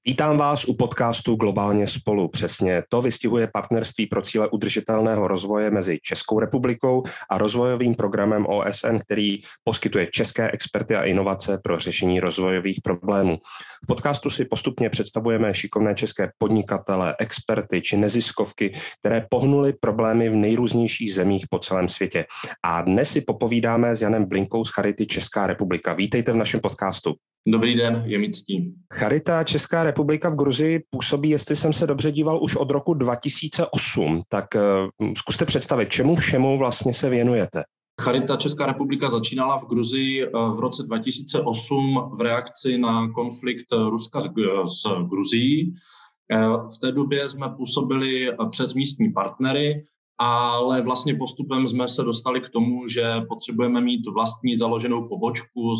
Vítám vás u podcastu Globálně spolu. Přesně to vystihuje partnerství pro cíle udržitelného rozvoje mezi Českou republikou a rozvojovým programem OSN, který poskytuje české experty a inovace pro řešení rozvojových problémů. V podcastu si postupně představujeme šikovné české podnikatele, experty či neziskovky, které pohnuly problémy v nejrůznějších zemích po celém světě. A dnes si popovídáme s Janem Blinkou z Charity Česká republika. Vítejte v našem podcastu. Dobrý den, je mi ctí. Charita Česká republika v Gruzii působí, jestli jsem se dobře díval, už od roku 2008. Tak zkuste představit, čemu všemu vlastně se věnujete. Charita Česká republika začínala v Gruzii v roce 2008 v reakci na konflikt Ruska s Gruzií. V té době jsme působili přes místní partnery, ale vlastně postupem jsme se dostali k tomu, že potřebujeme mít vlastní založenou pobočku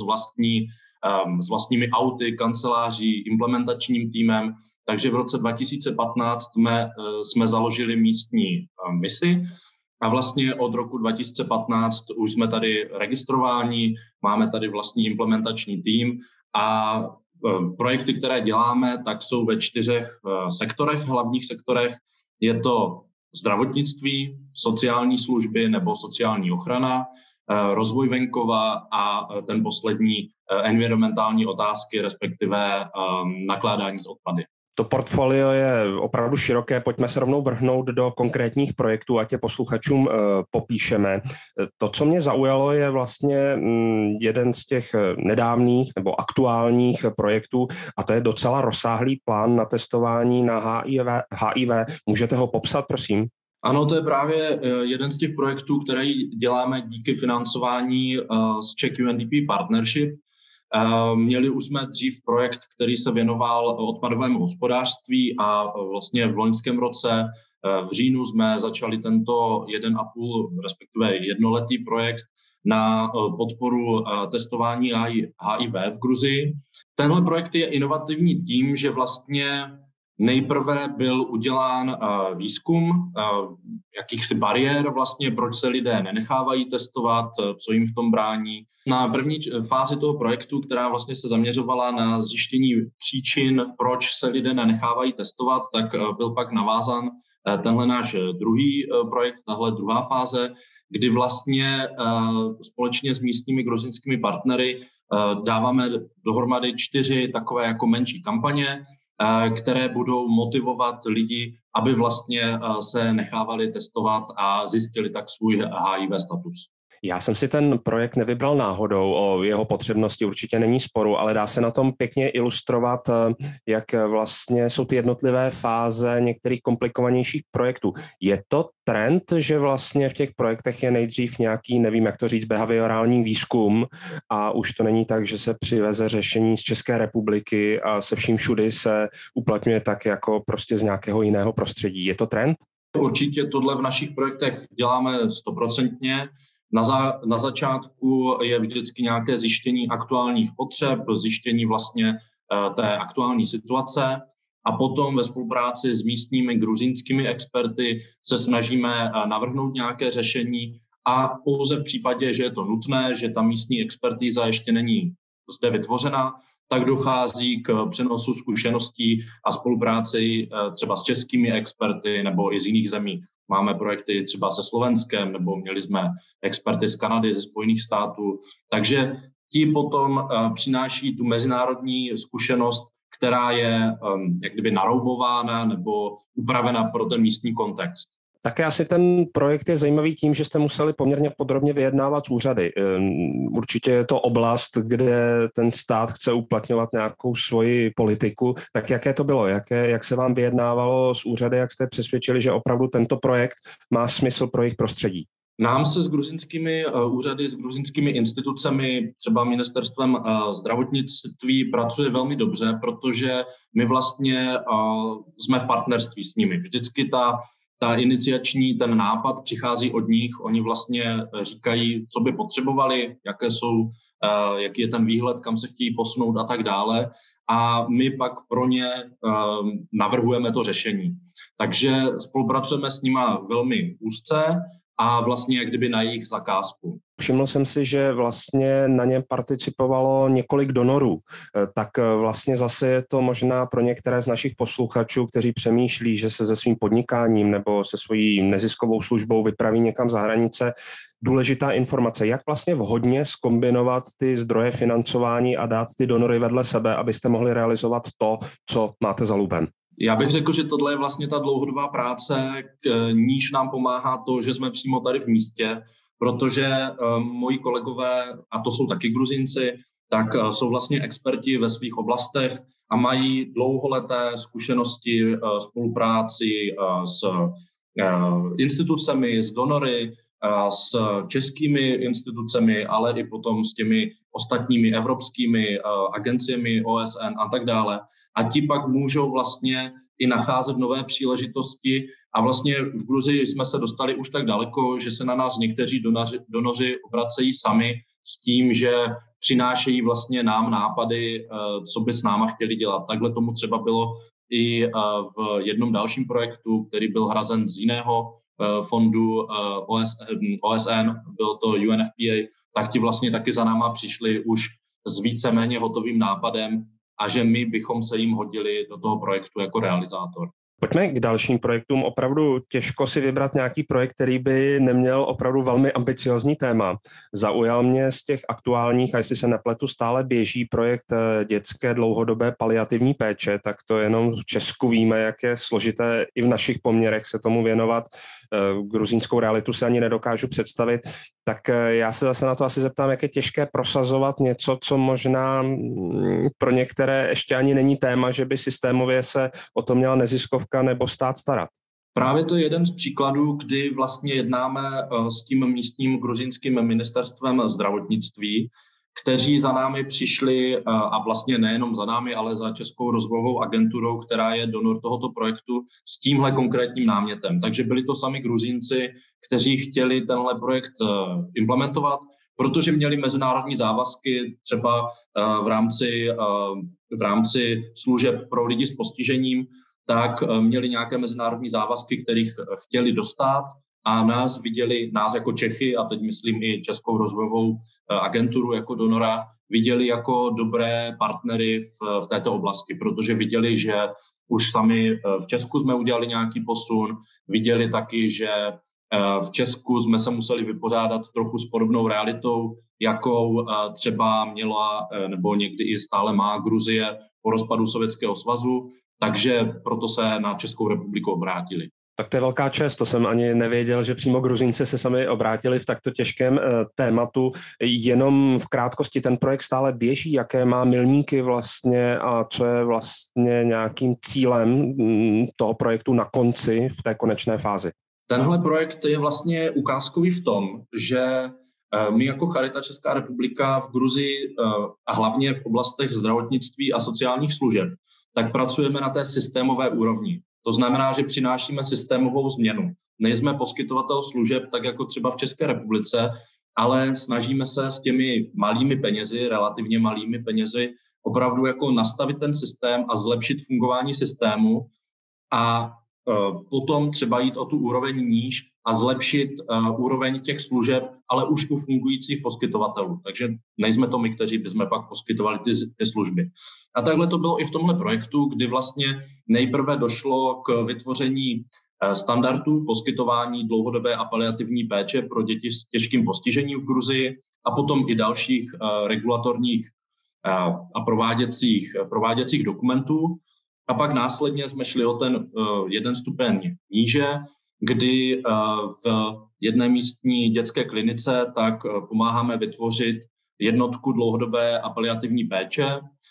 s vlastními auty, kanceláří, implementačním týmem. Takže v roce 2015 jsme založili místní misi a vlastně od roku 2015 už jsme tady registrováni, máme tady vlastní implementační tým a projekty, které děláme, tak jsou ve 4 hlavních sektorech. Je to zdravotnictví, sociální služby nebo sociální ochrana, rozvoj venkova a ten poslední environmentální otázky, respektive nakládání s odpady. To portfolio je opravdu široké, pojďme se rovnou vrhnout do konkrétních projektů, ať je posluchačům popíšeme. To, co mě zaujalo, je vlastně jeden z těch nedávných nebo aktuálních projektů a to je docela rozsáhlý plán na testování na HIV. Můžete ho popsat, prosím? Ano, to je právě jeden z těch projektů, který děláme díky financování z Czech UNDP Partnership. Měli už jsme dřív projekt, který se věnoval odpadovému hospodářství a vlastně v loňském roce v říjnu jsme začali tento 1,5, respektive jednoletý projekt na podporu testování HIV v Gruzii. Tenhle projekt je inovativní tím, že vlastně nejprve byl udělán výzkum jakýchsi bariér, vlastně proč se lidé nenechávají testovat, co jim v tom brání. Na první fázi toho projektu, která vlastně se zaměřovala na zjištění příčin, proč se lidé nenechávají testovat, tak byl pak navázán tenhle náš druhý projekt, tahle druhá fáze, kdy vlastně společně s místními gruzinskými partnery dáváme dohromady 4 takové jako menší kampaně, které budou motivovat lidi, aby vlastně se nechávali testovat a zjistili tak svůj HIV status. Já jsem si ten projekt nevybral náhodou, o jeho potřebnosti určitě není sporu, ale dá se na tom pěkně ilustrovat, jak vlastně jsou ty jednotlivé fáze některých komplikovanějších projektů. Je to trend, že vlastně v těch projektech je nejdřív nějaký, nevím jak to říct, behaviorální výzkum a už to není tak, že se přiveze řešení z České republiky a se vším všudy se uplatňuje tak jako prostě z nějakého jiného prostředí. Je to trend? Určitě tohle v našich projektech děláme 100%. Na začátku je vždycky nějaké zjištění aktuálních potřeb, zjištění vlastně té aktuální situace a potom ve spolupráci s místními gruzínskými experty se snažíme navrhnout nějaké řešení a pouze v případě, že je to nutné, že ta místní expertíza ještě není zde vytvořena, tak dochází k přenosu zkušeností a spolupráci třeba s českými experty nebo i z jiných zemí. Máme projekty třeba se Slovenskem, nebo měli jsme experty z Kanady, ze Spojených států. Takže ti potom přináší tu mezinárodní zkušenost, která je jak kdyby naroubována nebo upravena pro ten místní kontext. Také asi ten projekt je zajímavý tím, že jste museli poměrně podrobně vyjednávat s úřady. Určitě je to oblast, kde ten stát chce uplatňovat nějakou svoji politiku. Tak jaké to bylo? Jak se vám vyjednávalo s úřady? Jak jste přesvědčili, že opravdu tento projekt má smysl pro jejich prostředí? Nám se s gruzinskými úřady, s gruzinskými institucemi, třeba ministerstvem zdravotnictví pracuje velmi dobře, protože my vlastně jsme v partnerství s nimi. Vždycky ta iniciační, ten nápad přichází od nich, oni vlastně říkají, co by potřebovali, jaký je ten výhled, kam se chtějí posunout a tak dále. A my pak pro ně navrhujeme to řešení. Takže spolupracujeme s nima velmi úzce a vlastně jak kdyby na jejich zakázku. Všiml jsem si, že vlastně na něm participovalo několik donorů. Tak vlastně zase je to možná pro některé z našich posluchačů, kteří přemýšlí, že se se svým podnikáním nebo se svojí neziskovou službou vypraví někam za hranice, důležitá informace, jak vlastně vhodně zkombinovat ty zdroje financování a dát ty donory vedle sebe, abyste mohli realizovat to, co máte za lubem. Já bych řekl, že tohle je vlastně ta dlouhodobá práce, k níž nám pomáhá to, že jsme přímo tady v místě, protože moji kolegové, a to jsou taky Gruzínci, tak jsou vlastně experti ve svých oblastech a mají dlouholeté zkušenosti spolupráci s institucemi, s donory, s českými institucemi, ale i potom s těmi ostatními evropskými agenciemi OSN a tak dále. A ti pak můžou vlastně i nacházet nové příležitosti a vlastně v Gruzii jsme se dostali už tak daleko, že se na nás někteří donoři obracejí sami s tím, že přinášejí vlastně nám nápady, co by s náma chtěli dělat. Takhle tomu třeba bylo i v jednom dalším projektu, který byl hrazen z jiného fondu OSN, bylo to UNFPA, tak ti vlastně taky za náma přišli už s víceméně hotovým nápadem a že my bychom se jim hodili do toho projektu jako realizátor. Pojďme k dalším projektům. Opravdu těžko si vybrat nějaký projekt, který by neměl opravdu velmi ambiciozní téma. Zaujal mě z těch aktuálních, a jestli se nepletu, stále běží projekt dětské dlouhodobé paliativní péče, tak to jenom v Česku víme, jak je složité i v našich poměrech se tomu věnovat. Gruzínskou realitu si ani nedokážu představit. Tak já se zase na to asi zeptám, jak je těžké prosazovat něco, co možná pro některé ještě ani není téma, že by systémově se o to měla neziskovka nebo stát starat. Právě to je jeden z příkladů, kdy vlastně jednáme s tím místním gruzínským ministerstvem zdravotnictví, kteří za námi přišli, a vlastně nejenom za námi, ale za Českou rozvojovou agenturou, která je donor tohoto projektu, s tímhle konkrétním námětem. Takže byli to sami Gruzínci, kteří chtěli tenhle projekt implementovat, protože měli mezinárodní závazky třeba v rámci služeb pro lidi s postižením, tak měli nějaké mezinárodní závazky, kterých chtěli dostat a nás viděli, nás jako Čechy, a teď myslím i Českou rozvojovou agenturu jako donora, viděli jako dobré partnery v této oblasti, protože viděli, že už sami v Česku jsme udělali nějaký posun, viděli taky, že v Česku jsme se museli vypořádat trochu s podobnou realitou, jakou třeba měla nebo někdy i stále má Gruzie po rozpadu Sovětského svazu, takže proto se na Českou republiku obrátili. Tak to je velká čest, to jsem ani nevěděl, že přímo Gruzínci se sami obrátili v takto těžkém tématu. Jenom v krátkosti ten projekt stále běží, jaké má milníky vlastně a co je vlastně nějakým cílem toho projektu na konci v té konečné fázi. Tenhle projekt je vlastně ukázkový v tom, že my jako Charita Česká republika v Gruzii a hlavně v oblastech zdravotnictví a sociálních služeb, tak pracujeme na té systémové úrovni. To znamená, že přinášíme systémovou změnu. Nejsme poskytovatel služeb, tak jako třeba v České republice, ale snažíme se s těmi malými penězi, relativně malými penězi, opravdu jako nastavit ten systém a zlepšit fungování systému a potom třeba jít o tu úroveň níž a zlepšit úroveň těch služeb, ale už u fungujících poskytovatelů. Takže nejsme to my, kteří bychom pak poskytovali ty služby. A takhle to bylo i v tomhle projektu, kdy vlastně nejprve došlo k vytvoření standardů poskytování dlouhodobé a paliativní péče pro děti s těžkým postižením v Gruzii a potom i dalších regulatorních a prováděcích dokumentů. A pak následně jsme šli o ten jeden stupeň níže, kdy v jedné místní dětské klinice tak pomáháme vytvořit jednotku dlouhodobé a paliativní péče.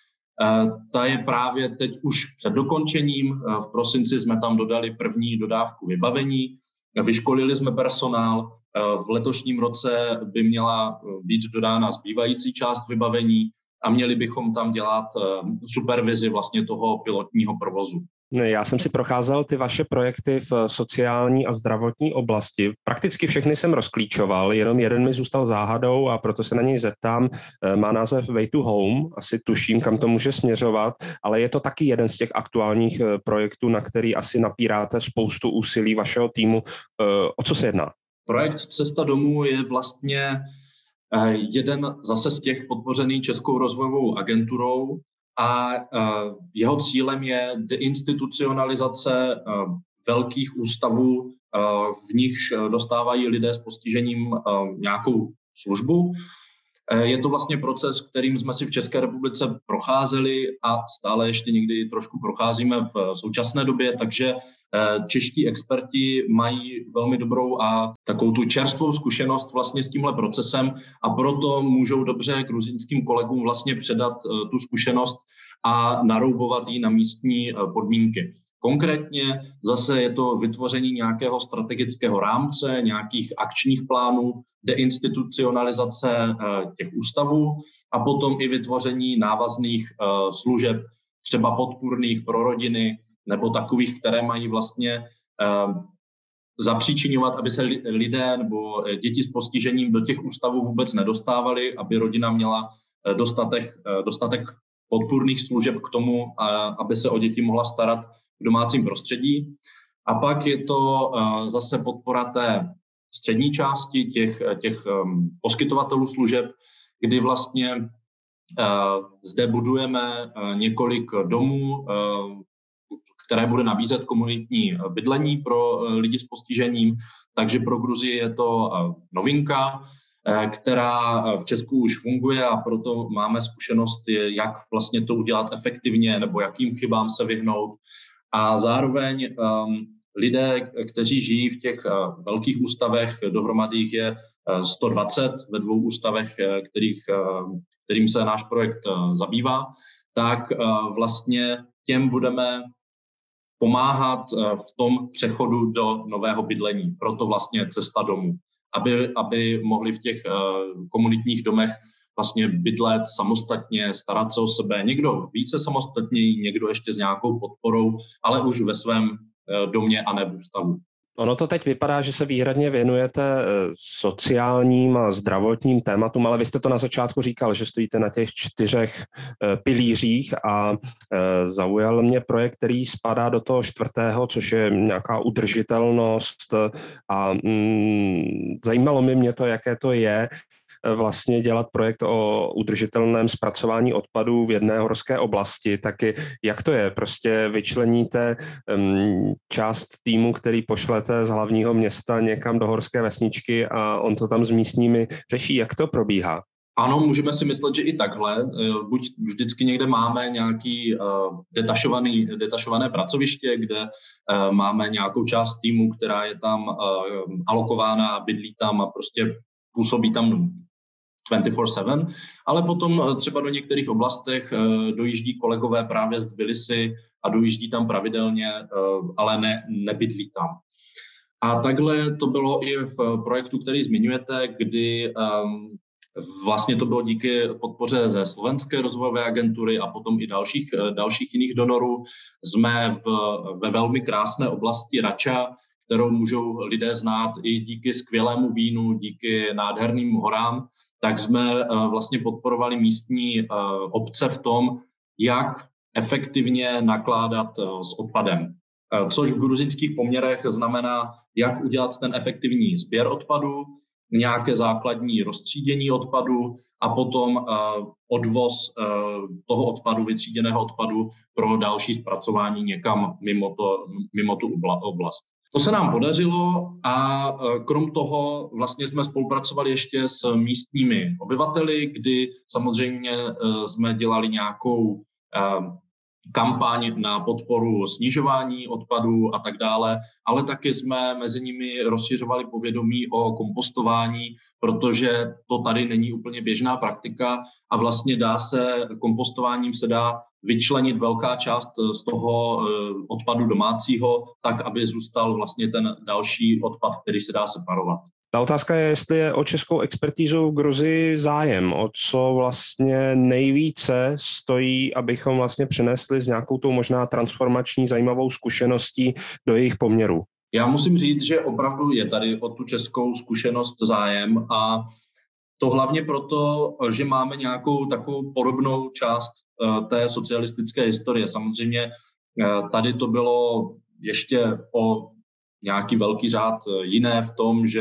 Ta je právě teď už před dokončením. V prosinci jsme tam dodali první dodávku vybavení, vyškolili jsme personál. V letošním roce by měla být dodána zbývající část vybavení a měli bychom tam dělat supervizi vlastně toho pilotního provozu. Já jsem si procházel ty vaše projekty v sociální a zdravotní oblasti. Prakticky všechny jsem rozklíčoval, jenom jeden mi zůstal záhadou a proto se na něj zeptám. Má název Way to Home, asi tuším, kam to může směřovat, ale je to taky jeden z těch aktuálních projektů, na který asi napíráte spoustu úsilí vašeho týmu. O co se jedná? Projekt Cesta domů je vlastně jeden zase z těch podpořený Českou rozvojovou agenturou a jeho cílem je deinstitucionalizace velkých ústavů, v nichž dostávají lidé s postižením nějakou službu. Je to vlastně proces, kterým jsme si v České republice procházeli a stále ještě někdy trošku procházíme v současné době, takže čeští experti mají velmi dobrou a takovou tu čerstvou zkušenost vlastně s tímhle procesem a proto můžou dobře gruzínským kolegům vlastně předat tu zkušenost a naroubovat ji na místní podmínky. Konkrétně zase je to vytvoření nějakého strategického rámce, nějakých akčních plánů, deinstitucionalizace těch ústavů a potom i vytvoření návazných služeb, třeba podpůrných pro rodiny nebo takových, které mají vlastně zapříčiňovat, aby se lidé nebo děti s postižením do těch ústavů vůbec nedostávali, aby rodina měla dostatek podpůrných služeb k tomu, aby se o děti mohla starat v domácím prostředí. A pak je to zase podpora té střední části těch poskytovatelů služeb, kdy vlastně zde budujeme několik domů, které bude nabízet komunitní bydlení pro lidi s postižením. Takže pro Gruzii je to novinka, která v Česku už funguje a proto máme zkušenost, jak vlastně to udělat efektivně nebo jakým chybám se vyhnout. A zároveň lidé, kteří žijí v těch velkých ústavech, dohromady jich je 120 ve 2 ústavech, kterým se náš projekt zabývá, tak vlastně těm budeme pomáhat v tom přechodu do nového bydlení. Proto vlastně Cesta domů, aby mohli v těch komunitních domech vlastně bydlet samostatně, starat se o sebe. Někdo více samostatně, někdo ještě s nějakou podporou, ale už ve svém domě a ne v ústavu. Ono to teď vypadá, že se výhradně věnujete sociálním a zdravotním tématům, ale vy jste to na začátku říkal, že stojíte na těch 4 pilířích a zaujal mě projekt, který spadá do toho 4., což je nějaká udržitelnost a zajímalo mě to, jaké to je vlastně dělat projekt o udržitelném zpracování odpadů v jedné horské oblasti, taky jak to je? Prostě vyčleníte část týmu, který pošlete z hlavního města někam do horské vesničky a on to tam s místními řeší. Jak to probíhá? Ano, můžeme si myslet, že i takhle. Buď vždycky někde máme nějaký detašované pracoviště, kde máme nějakou část týmu, která je tam alokována a bydlí tam a prostě působí tam 24/7, ale potom třeba do některých oblastech dojíždí kolegové právě z Tbilisi a dojíždí tam pravidelně, ale nebydlí tam. A takhle to bylo i v projektu, který zmiňujete, kdy vlastně to bylo díky podpoře ze Slovenské rozvojové agentury a potom i dalších jiných donorů. Jsme ve velmi krásné oblasti Rača, kterou můžou lidé znát i díky skvělému vínu, díky nádherným horám, tak jsme vlastně podporovali místní obce v tom, jak efektivně nakládat s odpadem. Což v gruzínských poměrech znamená, jak udělat ten efektivní sběr odpadu, nějaké základní roztřídění odpadu a potom odvoz toho odpadu, vytříděného odpadu pro další zpracování někam mimo tu oblast. To se nám podařilo a krom toho vlastně jsme spolupracovali ještě s místními obyvateli, kdy samozřejmě jsme dělali nějakou kampaň na podporu snižování odpadů a tak dále, ale taky jsme mezi nimi rozšiřovali povědomí o kompostování, protože to tady není úplně běžná praktika a vlastně kompostováním se dá vyčlenit velká část z toho odpadu domácího, tak, aby zůstal vlastně ten další odpad, který se dá separovat. Ta otázka je, jestli je o českou expertízu v Gruzii zájem, o co vlastně nejvíce stojí, abychom vlastně přinesli s nějakou tou možná transformační zajímavou zkušeností do jejich poměrů. Já musím říct, že opravdu je tady o tu českou zkušenost zájem a to hlavně proto, že máme nějakou takovou podobnou část té socialistické historie. Samozřejmě tady to bylo ještě o nějaký velký řád jiné v tom, že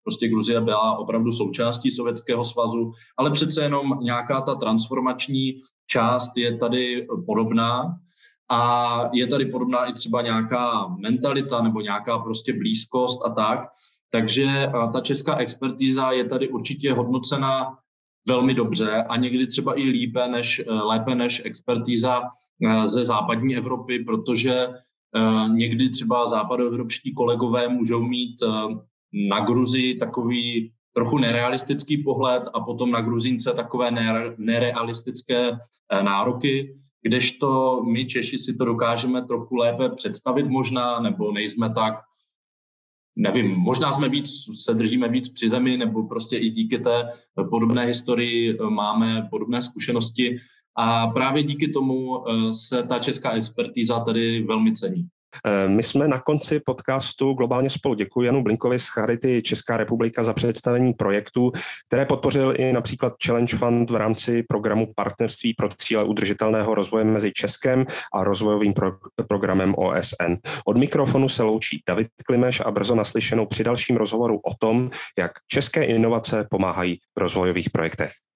prostě Gruzie byla opravdu součástí Sovětského svazu, ale přece jenom nějaká ta transformační část je tady podobná a je tady podobná i třeba nějaká mentalita nebo nějaká prostě blízkost a tak. Takže ta česká expertíza je tady určitě hodnocena velmi dobře a někdy třeba i lépe než expertíza ze západní Evropy, protože někdy třeba západoevropští kolegové můžou mít na Gruzii takový trochu nerealistický pohled a potom na Gruzínce takové nerealistické nároky, kdežto my Češi si to dokážeme trochu lépe představit možná, nebo nejsme tak, nevím, možná se držíme víc při zemi, nebo prostě i díky té podobné historii máme podobné zkušenosti a právě díky tomu se ta česká expertíza tady velmi cení. My jsme na konci podcastu Globálně spolu. Děkuji Janu Blinkovi z Charity Česká republika za představení projektů, které podpořil i například Challenge Fund v rámci programu Partnerství pro cíle udržitelného rozvoje mezi Českem a rozvojovým programem OSN. Od mikrofonu se loučí David Klimeš a brzo naslyšenou při dalším rozhovoru o tom, jak české inovace pomáhají v rozvojových projektech.